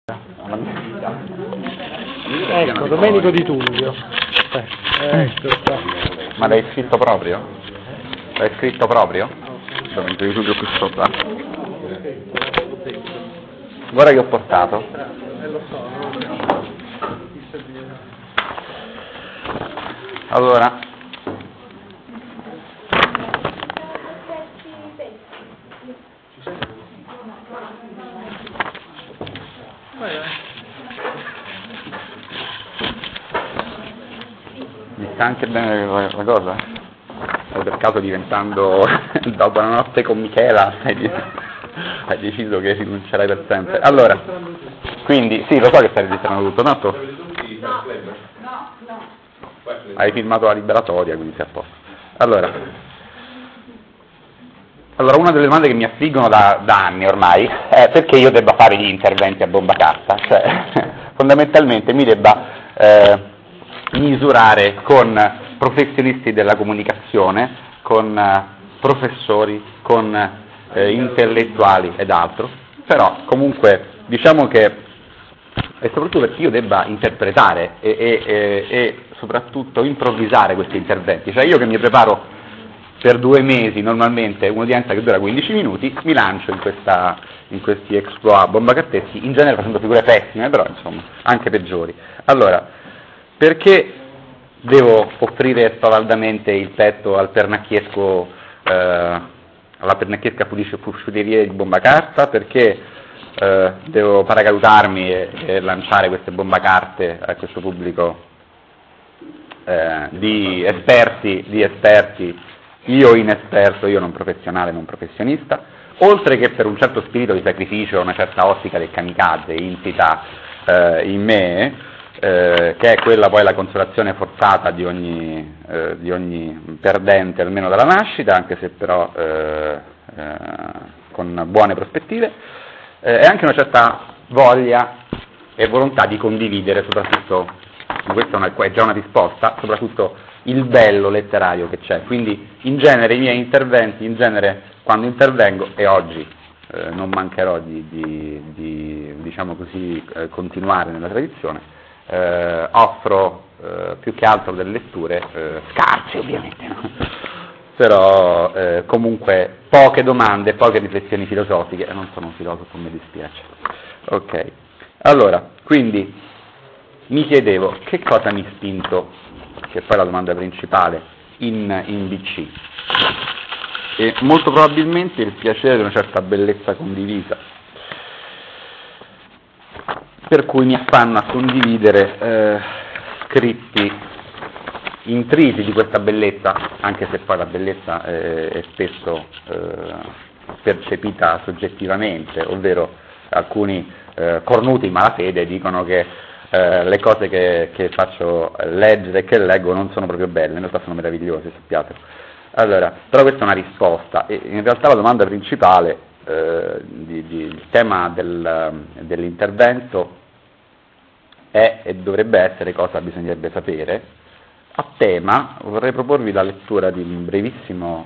Ecco, Domenico Di Tullio. Ecco qua. Ma l'hai scritto proprio? L'hai scritto proprio? Domenico Di Tullio qui sopra. Guarda che ho portato. Allora. Mi sta anche bene la cosa? Per caso diventando dopo una notte con Michela hai deciso che rinuncerai per sempre. Allora, quindi sì, lo so che stai registrando tutto, tanto hai filmato la liberatoria, quindi sei a posto. Allora, una delle domande che mi affliggono da anni ormai è perché io debba fare gli interventi a bomba carta, cioè fondamentalmente mi debba misurare con professionisti della comunicazione, con professori, con intellettuali ed altro, però comunque diciamo che, e soprattutto perché io debba interpretare e soprattutto improvvisare questi interventi, cioè io che mi preparo per 2 mesi normalmente un'udienza che dura 15 minuti, mi lancio in questi exploit bombacarteschi, in genere facendo figure pessime, però insomma anche peggiori. Allora, perché devo offrire spavaldamente il petto al pernacchiesco, alla pernacchiesca fucilieria di bombacarta? Perché devo paracadutarmi e lanciare queste bombacarte a questo pubblico di esperti, io inesperto, io non professionale, non professionista, oltre che per un certo spirito di sacrificio, una certa ottica del kamikaze insita in me, che è quella poi la consolazione forzata di ogni perdente, almeno dalla nascita, anche se però con buone prospettive, e anche una certa voglia e volontà di condividere, soprattutto, questa è già una risposta, soprattutto il bello letterario che c'è. Quindi in genere i miei interventi, quando intervengo, e oggi non mancherò di diciamo così, continuare nella tradizione, offro più che altro delle letture scarse ovviamente, no? Però comunque poche domande, poche riflessioni filosofiche, non sono un filosofo, mi dispiace. Ok, allora, quindi mi chiedevo che cosa mi ha spinto, che poi è la domanda principale, in BC, e molto probabilmente il piacere di una certa bellezza condivisa, per cui mi affanno a condividere scritti intrisi di questa bellezza, anche se poi la bellezza è spesso percepita soggettivamente, ovvero alcuni cornuti in malafede dicono che le cose che faccio leggere e che leggo non sono proprio belle, in realtà sono meravigliose, sappiatelo. Allora, però questa è una risposta, e in realtà la domanda principale, il tema dell'intervento è e dovrebbe essere cosa bisognerebbe sapere. A tema vorrei proporvi la lettura di un brevissimo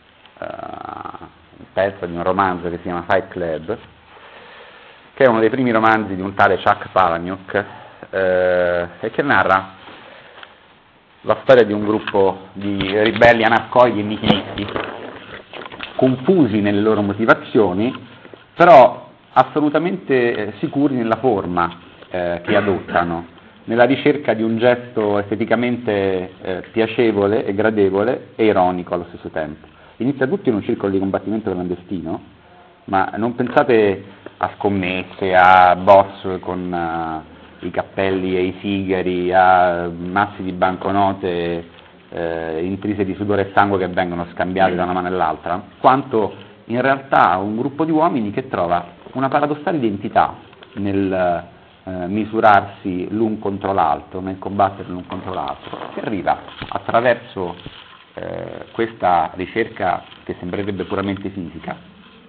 pezzo di un romanzo che si chiama Fight Club, che è uno dei primi romanzi di un tale Chuck Palahniuk, e che narra la storia di un gruppo di ribelli anarcoidi e nihilisti, confusi nelle loro motivazioni, però assolutamente sicuri nella forma che adottano, nella ricerca di un gesto esteticamente piacevole e gradevole e ironico allo stesso tempo. Inizia tutto in un circolo di combattimento clandestino, ma non pensate a scommesse, a boss con i cappelli e i sigari, a massi di banconote intrise di sudore e sangue che vengono scambiate da una mano all'altra, quanto in realtà un gruppo di uomini che trova una paradossale identità nel misurarsi l'un contro l'altro, nel combattere l'un contro l'altro, che arriva attraverso questa ricerca che sembrerebbe puramente fisica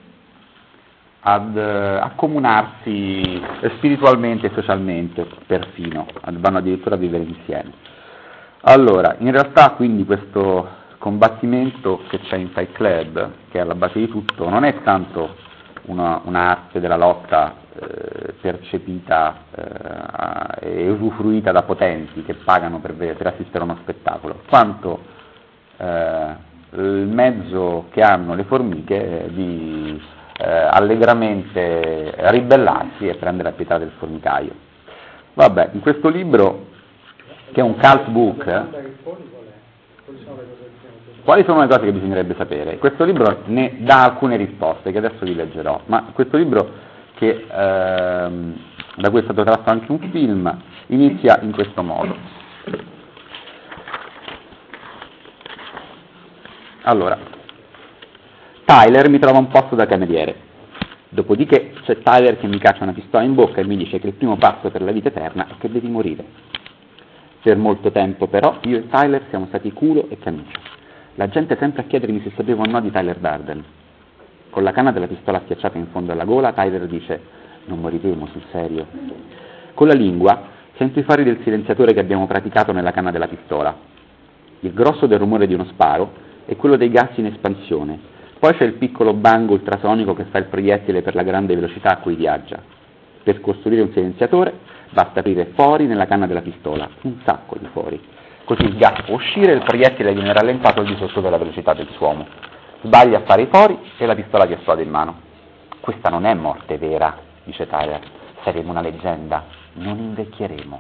ad accomunarsi spiritualmente e socialmente, perfino, vanno addirittura a vivere insieme. Allora, in realtà quindi questo combattimento che c'è in Fight Club, che è alla base di tutto, non è tanto un'arte della lotta percepita e usufruita da potenti che pagano per assistere a uno spettacolo, quanto il mezzo che hanno le formiche di allegramente ribellarsi e prendere la pietà del formicaio. Vabbè, in questo libro, che è un cult book, quali sono le cose che bisognerebbe sapere? Questo libro ne dà alcune risposte che adesso vi leggerò, ma questo libro, che da cui è stato tratto anche un film, inizia in questo modo. Allora, Tyler mi trova un posto da cameriere, dopodiché c'è Tyler che mi caccia una pistola in bocca e mi dice che il primo passo per la vita eterna è che devi morire. Per molto tempo però io e Tyler siamo stati culo e camicia. La gente sempre a chiedermi se sapevo o no di Tyler Durden. Con la canna della pistola schiacciata in fondo alla gola, Tyler dice: non moriremo, sul serio. Con la lingua sento i fari del silenziatore che abbiamo praticato nella canna della pistola. Il grosso del rumore di uno sparo è quello dei gas in espansione. Poi c'è il piccolo bang ultrasonico che fa il proiettile per la grande velocità a cui viaggia. Per costruire un silenziatore basta aprire fori nella canna della pistola, un sacco di fori. Così il gas può uscire e il proiettile viene rallentato al di sotto della velocità del suono. Sbaglia a fare i fori e la pistola ti esplode in mano. Questa non è morte vera, dice Tyler. Saremo una leggenda, non invecchieremo.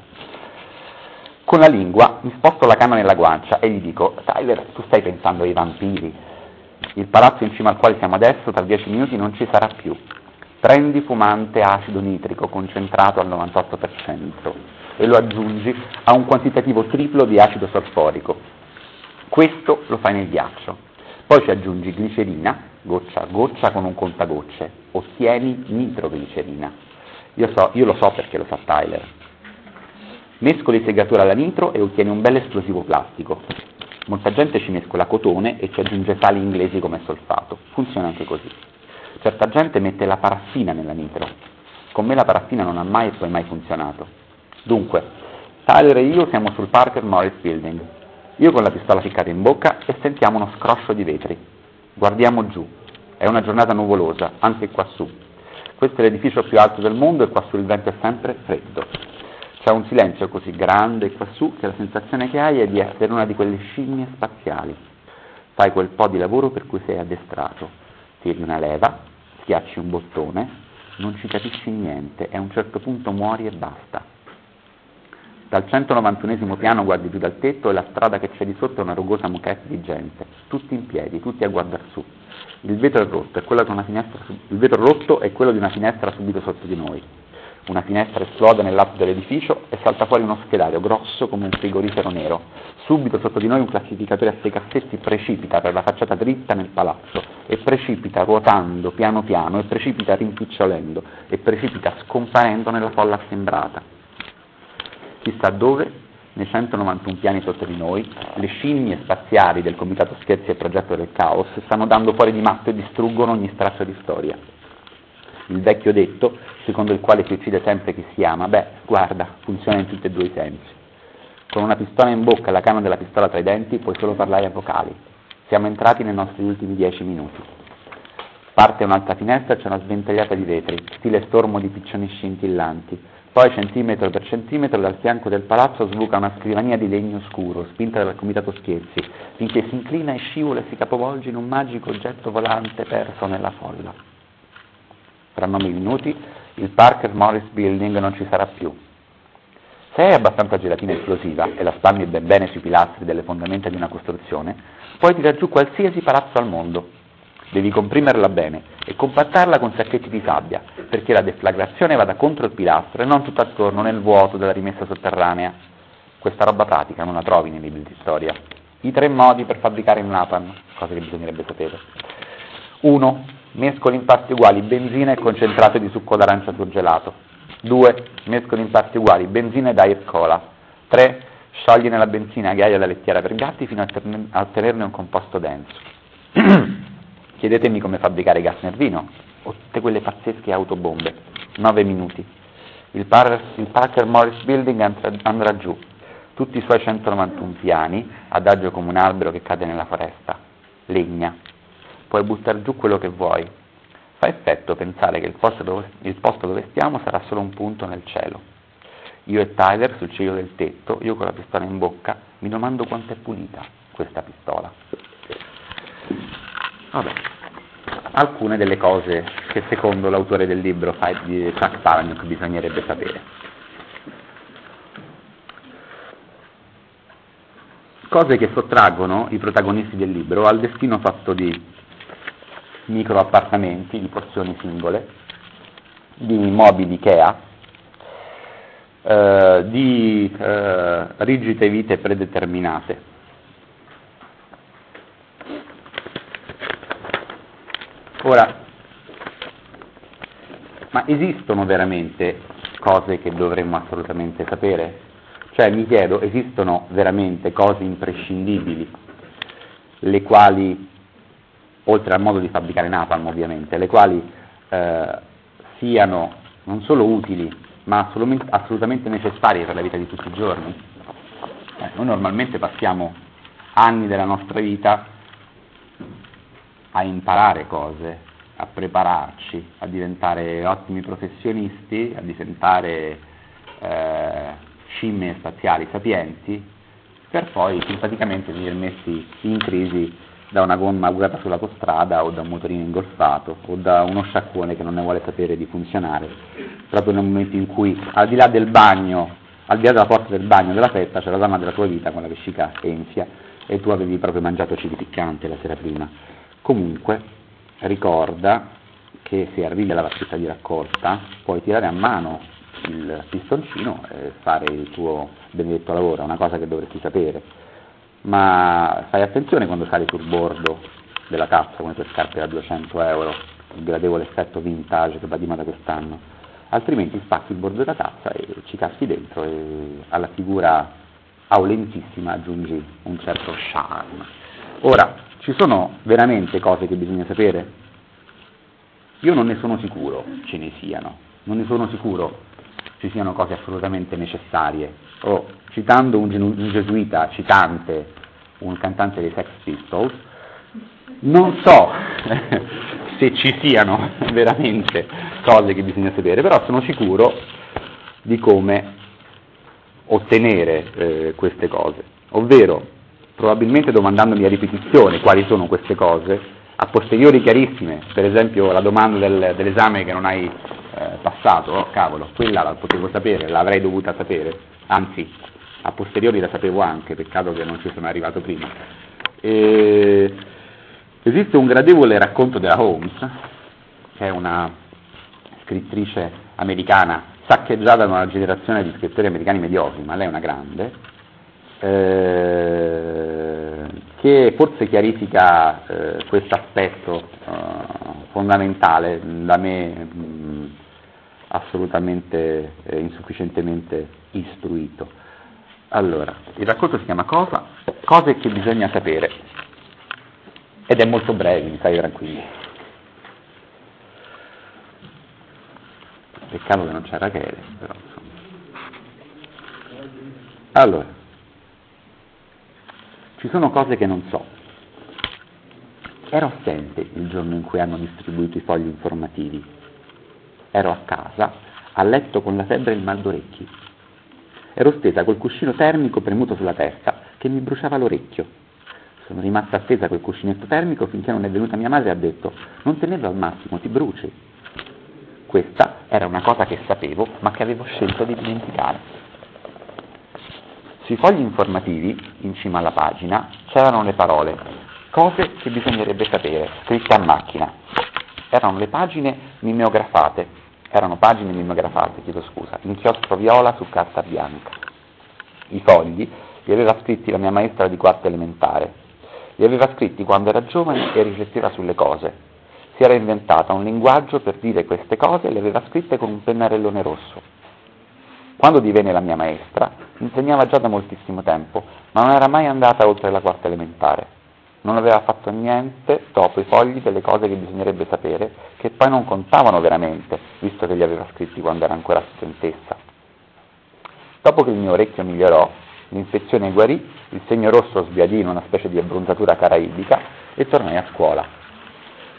Con la lingua mi sposto la canna nella guancia e gli dico: Tyler, tu stai pensando ai vampiri? Il palazzo in cima al quale siamo adesso tra 10 minuti non ci sarà più. Prendi fumante acido nitrico concentrato al 98% e lo aggiungi a un quantitativo triplo di acido solforico. Questo lo fai nel ghiaccio. Poi ci aggiungi glicerina, goccia a goccia con un contagocce. Ottieni nitroglicerina. Io lo so perché lo sa Tyler. Mescoli segatura alla nitro e ottieni un bel esplosivo plastico. Molta gente ci mescola cotone e ci aggiunge sali inglesi come solfato. Funziona anche così. Certa gente mette la paraffina nella nitro. Con me la paraffina non ha mai e poi mai funzionato. Dunque, Tyler e io siamo sul Parker Morris Building. Io con la pistola ficcata in bocca e sentiamo uno scroscio di vetri. Guardiamo giù. È una giornata nuvolosa, anche qua su. Questo è l'edificio più alto del mondo e qua su il vento è sempre freddo. C'è un silenzio così grande qua su che la sensazione che hai è di essere una di quelle scimmie spaziali. Fai quel po' di lavoro per cui sei addestrato. Tiri una leva, schiacci un bottone, non ci capisci niente e a un certo punto muori e basta. Dal 191esimo piano guardi giù dal tetto e la strada che c'è di sotto è una rugosa moquette di gente, tutti in piedi, tutti a guardar su. Il vetro è rotto, il vetro rotto è quello di una finestra subito sotto di noi. Una finestra esplode nell'alto dell'edificio e salta fuori uno schedario grosso come un frigorifero nero. Subito sotto di noi un classificatore a 6 cassetti precipita per la facciata dritta nel palazzo e precipita ruotando piano piano e precipita rimpicciolendo e precipita scomparendo nella folla assembrata. Chissà dove, nei 191 piani sotto di noi, le scimmie spaziali del Comitato Scherzi e Progetto del Caos stanno dando fuori di matto e distruggono ogni straccio di storia. Il vecchio detto, secondo il quale si uccide sempre chi si ama, guarda, funziona in tutti e due i sensi. Con una pistola in bocca e la canna della pistola tra i denti puoi solo parlare a vocali. Siamo entrati nei nostri ultimi 10 minuti. Parte un'altra finestra e c'è una sventagliata di vetri, stile stormo di piccioni scintillanti. Poi, centimetro per centimetro, dal fianco del palazzo sbuca una scrivania di legno scuro, spinta dal Comitato Scherzi, finché si inclina e scivola e si capovolge in un magico oggetto volante perso nella folla. Fra 9 minuti il Parker Morris Building non ci sarà più. Se hai abbastanza gelatina esplosiva e la spalmi ben bene sui pilastri delle fondamenta di una costruzione, puoi tirare giù qualsiasi palazzo al mondo. Devi comprimerla bene e compattarla con sacchetti di sabbia, perché la deflagrazione vada contro il pilastro e non tutto attorno nel vuoto della rimessa sotterranea. Questa roba pratica non la trovi nei libri di storia. I 3 modi per fabbricare il napalm, cosa che bisognerebbe sapere. 1. Mescoli in parti uguali benzina e concentrato di succo d'arancia surgelato. 2. Mescoli in parti uguali benzina e diet cola. 3. Sciogli nella benzina ghiaia da lettiera per gatti fino a ottenerne un composto denso. Chiedetemi come fabbricare gas nervino o tutte quelle pazzesche autobombe. 9 minuti. Il Parker Morris Building andrà giù, tutti i suoi 191 piani, adagio come un albero che cade nella foresta. Legna. Puoi buttare giù quello che vuoi. Fa effetto pensare che il posto dove stiamo sarà solo un punto nel cielo. Io e Tyler sul ciglio del tetto, io con la pistola in bocca, mi domando quanto è pulita questa pistola. Vabbè, alcune delle cose che secondo l'autore del libro di Chuck Palahniuk bisognerebbe sapere. Cose che sottraggono i protagonisti del libro al destino fatto di micro appartamenti, di porzioni singole, di mobili Ikea, di rigide vite predeterminate. Ora, ma esistono veramente cose che dovremmo assolutamente sapere? Cioè, mi chiedo, esistono veramente cose imprescindibili, le quali, oltre al modo di fabbricare napalm ovviamente, le quali siano non solo utili, ma assolutamente necessarie per la vita di tutti i giorni? Noi normalmente passiamo anni della nostra vita a imparare cose, a prepararci, a diventare ottimi professionisti, a diventare scimmie spaziali sapienti, per poi simpaticamente venire messi in crisi da una gomma bucata sull'autostrada o da un motorino ingolfato o da uno sciacquone che non ne vuole sapere di funzionare, proprio nel momento in cui al di là del bagno, al di là della porta del bagno della festa c'è la donna della tua vita con la vescica enfia e tu avevi proprio mangiato cibi piccanti la sera prima. Comunque ricorda che se arrivi alla vaschetta di raccolta puoi tirare a mano il pistoncino e fare il tuo benedetto lavoro, è una cosa che dovresti sapere, ma fai attenzione quando sali sul bordo della tazza con le tue scarpe da 200 euro, il gradevole effetto vintage che va di moda quest'anno, altrimenti spacchi il bordo della tazza e ci caschi dentro e alla figura aulentissima aggiungi un certo charme. Ora, ci sono veramente cose che bisogna sapere? Io non ne sono sicuro ce ne siano, non ne sono sicuro ci siano cose assolutamente necessarie. Citando un gesuita citante, un cantante dei Sex Pistols, non so se ci siano veramente cose che bisogna sapere, però sono sicuro di come ottenere queste cose, ovvero probabilmente domandandomi a ripetizione quali sono queste cose, a posteriori chiarissime, per esempio la domanda dell'esame che non hai passato, oh cavolo, quella la potevo sapere, l'avrei dovuta sapere, anzi a posteriori la sapevo anche, peccato che non ci sono arrivato prima. Esiste un gradevole racconto della Holmes, che è una scrittrice americana saccheggiata da una generazione di scrittori americani mediocri, ma lei è una grande, che forse chiarifica questo aspetto fondamentale, da me assolutamente insufficientemente istruito. Allora, il racconto si chiama Cose che bisogna sapere, ed è molto breve, mi stai tranquilli. Peccato che non c'era Rachele, però insomma. Allora, ci sono cose che non so. Ero assente il giorno in cui hanno distribuito i fogli informativi. Ero a casa, a letto con la febbre e il mal d'orecchi. Ero stesa col cuscino termico premuto sulla testa che mi bruciava l'orecchio. Sono rimasta attesa col cuscinetto termico finché non è venuta mia madre e ha detto: non tenerlo al massimo, ti bruci. Questa era una cosa che sapevo ma che avevo scelto di dimenticare. Sui fogli informativi, in cima alla pagina, c'erano le parole cose che bisognerebbe sapere, scritte a macchina. Erano pagine mimeografate, inchiostro viola su carta bianca. I fogli li aveva scritti la mia maestra di quarta elementare. Li aveva scritti quando era giovane e rifletteva sulle cose. Si era inventata un linguaggio per dire queste cose e le aveva scritte con un pennarellone rosso. Quando divenne la mia maestra, insegnava già da moltissimo tempo, ma non era mai andata oltre la quarta elementare. Non aveva fatto niente dopo i fogli delle cose che bisognerebbe sapere, che poi non contavano veramente, visto che li aveva scritti quando era ancora studentessa. Dopo che il mio orecchio migliorò, l'infezione guarì, il segno rosso sbiadì in una specie di abbronzatura caraibica e tornai a scuola.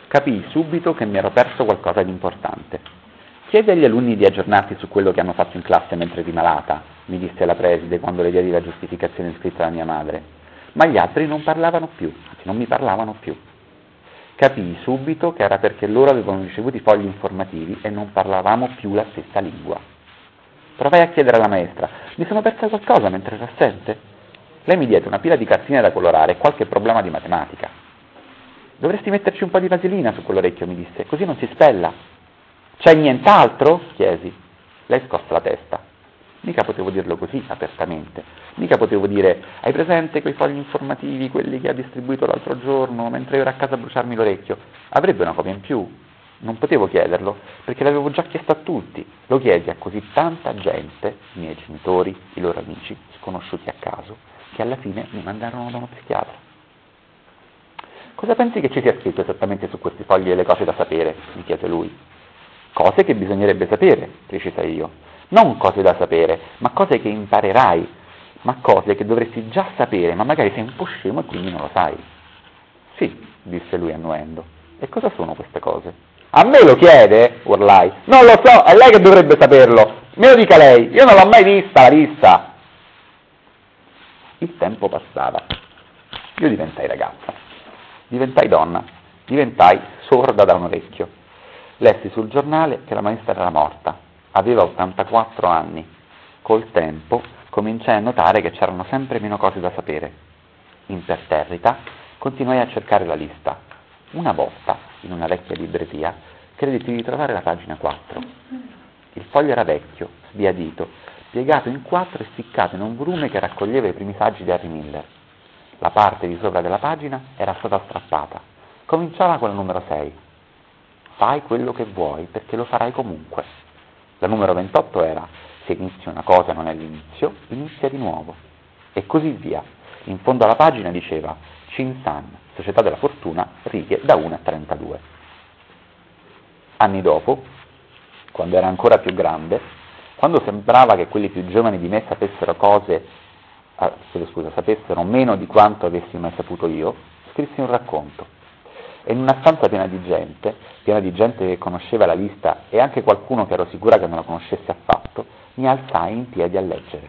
Capii subito che mi ero perso qualcosa di importante. Chiedi agli alunni di aggiornarti su quello che hanno fatto in classe mentre eri malata, mi disse la preside quando le diedi la giustificazione scritta da mia madre. Ma gli altri non parlavano più, anzi non mi parlavano più. Capii subito che era perché loro avevano ricevuto i fogli informativi e non parlavamo più la stessa lingua. Provai a chiedere alla maestra, mi sono persa qualcosa mentre ero assente? Lei mi diede una pila di cartine da colorare e qualche problema di matematica. Dovresti metterci un po' di vaselina su quell'orecchio, mi disse, così non si spella. C'è nient'altro? Chiesi. Lei scosse la testa. Mica potevo dirlo così, apertamente. Mica potevo dire, hai presente quei fogli informativi, quelli che ha distribuito l'altro giorno, mentre io ero a casa a bruciarmi l'orecchio? Avrebbe una copia in più. Non potevo chiederlo, perché l'avevo già chiesto a tutti. Lo chiesi a così tanta gente, i miei genitori, i loro amici, sconosciuti a caso, che alla fine mi mandarono da uno psichiatra. Cosa pensi che ci sia scritto esattamente su questi fogli delle cose da sapere? Mi chiese lui. Cose che bisognerebbe sapere, precisai io. Non cose da sapere, ma cose che imparerai, ma cose che dovresti già sapere, ma magari sei un po' scemo e quindi non lo sai. Sì, disse lui annuendo. E cosa sono queste cose? A me lo chiede? Urlai. Non lo so, è lei che dovrebbe saperlo. Me lo dica lei, io non l'ho mai vista la lista. Il tempo passava. Io diventai ragazza. Diventai donna, diventai sorda da un orecchio. Lessi sul giornale che la maestra era morta, aveva 84 anni. Col tempo cominciai a notare che c'erano sempre meno cose da sapere. Imperterrita, continuai a cercare la lista. Una volta, in una vecchia libreria, credetti di trovare la pagina 4. Il foglio era vecchio, sbiadito, piegato in 4 e ficcato in un volume che raccoglieva i primi saggi di Harry Miller. La parte di sopra della pagina era stata strappata. Cominciava con la numero 6. Fai quello che vuoi perché lo farai comunque. La numero 28 era se inizi una cosa non è l'inizio, inizia di nuovo. E così via. In fondo alla pagina diceva Chin-san, Società della Fortuna, righe da 1 a 32. Anni dopo, quando era ancora più grande, quando sembrava che quelli più giovani di me sapessero meno di quanto avessi mai saputo io, scrissi un racconto. E in una stanza piena di gente che conosceva la lista e anche qualcuno che ero sicura che non la conoscesse affatto, mi alzai in piedi a leggere.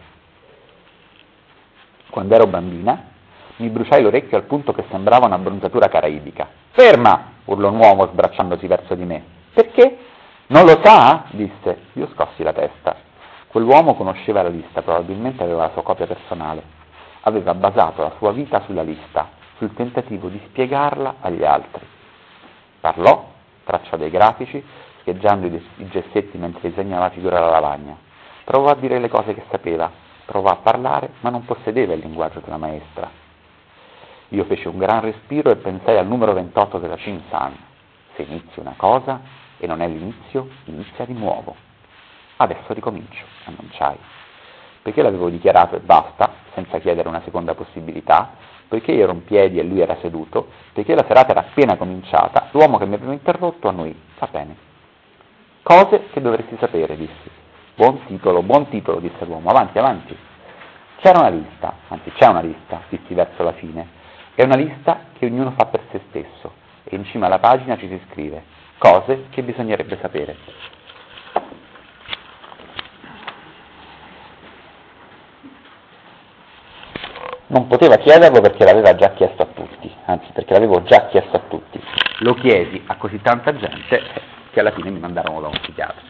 Quando ero bambina, mi bruciai l'orecchio al punto che sembrava una bronzatura caraibica. Ferma! Urlò un uomo sbracciandosi verso di me. Perché? Non lo sa? Disse. Io scossi la testa. Quell'uomo conosceva la lista, probabilmente aveva la sua copia personale. Aveva basato la sua vita sulla lista, sul tentativo di spiegarla agli altri. Parlò, tracciò dei grafici, scheggiando i gessetti mentre disegnava la figura alla lavagna. Provò a dire le cose che sapeva, provò a parlare, ma non possedeva il linguaggio della maestra. Io feci un gran respiro e pensai al numero 28 della Chin-san. Se inizi una cosa e non è l'inizio, inizia di nuovo. Adesso ricomincio, annunciai. Perché l'avevo dichiarato e basta, senza chiedere una seconda possibilità, poiché io ero in piedi e lui era seduto, poiché la serata era appena cominciata, l'uomo che mi aveva interrotto annui. Va bene. Cose che dovresti sapere, dissi. Buon titolo, disse l'uomo, avanti, avanti. C'era una lista, anzi c'è una lista, dissi verso la fine. È una lista che ognuno fa per se stesso, e in cima alla pagina ci si scrive cose che bisognerebbe sapere. Non poteva chiederlo perché l'aveva già chiesto a tutti, anzi perché l'avevo già chiesto a tutti. Lo chiesi a così tanta gente che alla fine mi mandarono da un psichiatra.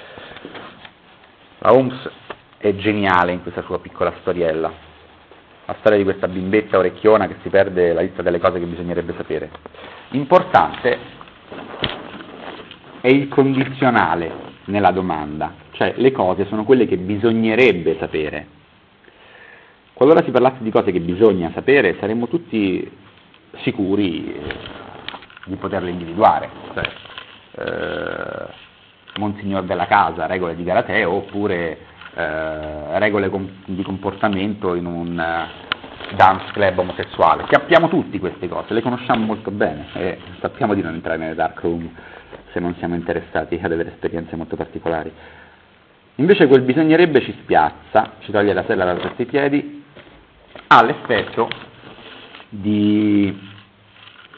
La Holmes è geniale in questa sua piccola storiella, la storia di questa bimbetta orecchiona che si perde la lista delle cose che bisognerebbe sapere. Importante è il condizionale nella domanda, cioè le cose sono quelle che bisognerebbe sapere. Qualora si parlasse di cose che bisogna sapere, saremmo tutti sicuri di poterle individuare, cioè Monsignor della casa, regole di Galateo, oppure regole di comportamento in un dance club omosessuale. Sappiamo tutti queste cose, le conosciamo molto bene e sappiamo di non entrare nelle dark room se non siamo interessati ad avere esperienze molto particolari. Invece quel bisognerebbe ci spiazza, ci toglie la sella da sotto i piedi, ha l'effetto di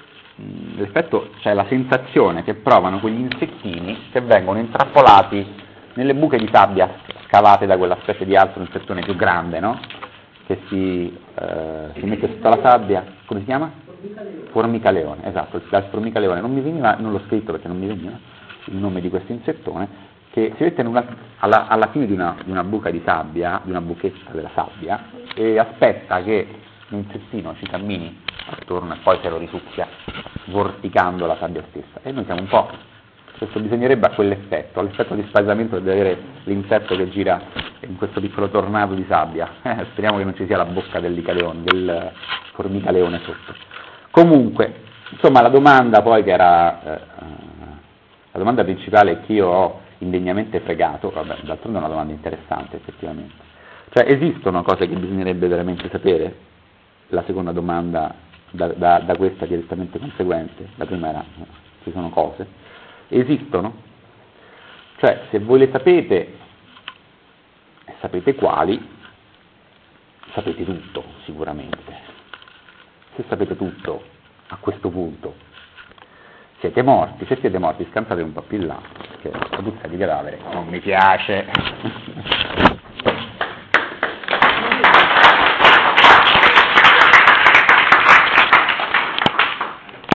l'effetto, cioè la sensazione che provano quegli insettini che vengono intrappolati nelle buche di sabbia scavate da quella specie di altro insettone più grande, no? Che si mette sotto la sabbia, come si chiama? Formicaleone, esatto, dal formicaleone, non l'ho scritto perché non mi veniva il nome di questo insettone, che si mette alla fine di una buca di sabbia, di una buchetta della sabbia, e aspetta che l'insettino ci cammini attorno e poi se lo risucchia vorticando la sabbia stessa. E noi siamo un po', questo bisognerebbe a quell'effetto, all'effetto di spaesamento di avere l'insetto che gira in questo piccolo tornado di sabbia. Speriamo che non ci sia la bocca del formicaleone sotto. Comunque, insomma, la domanda poi che era, la domanda principale che io ho indegnamente fregato, vabbè, d'altronde è una domanda interessante effettivamente, cioè esistono cose che bisognerebbe veramente sapere? La seconda domanda da questa direttamente conseguente, la prima era ci sono cose, esistono? Cioè se voi le sapete e sapete quali, sapete tutto sicuramente. Se sapete tutto a questo punto siete morti, se siete morti scansate un po' più in là, perché la puzza di cadavere non mi piace.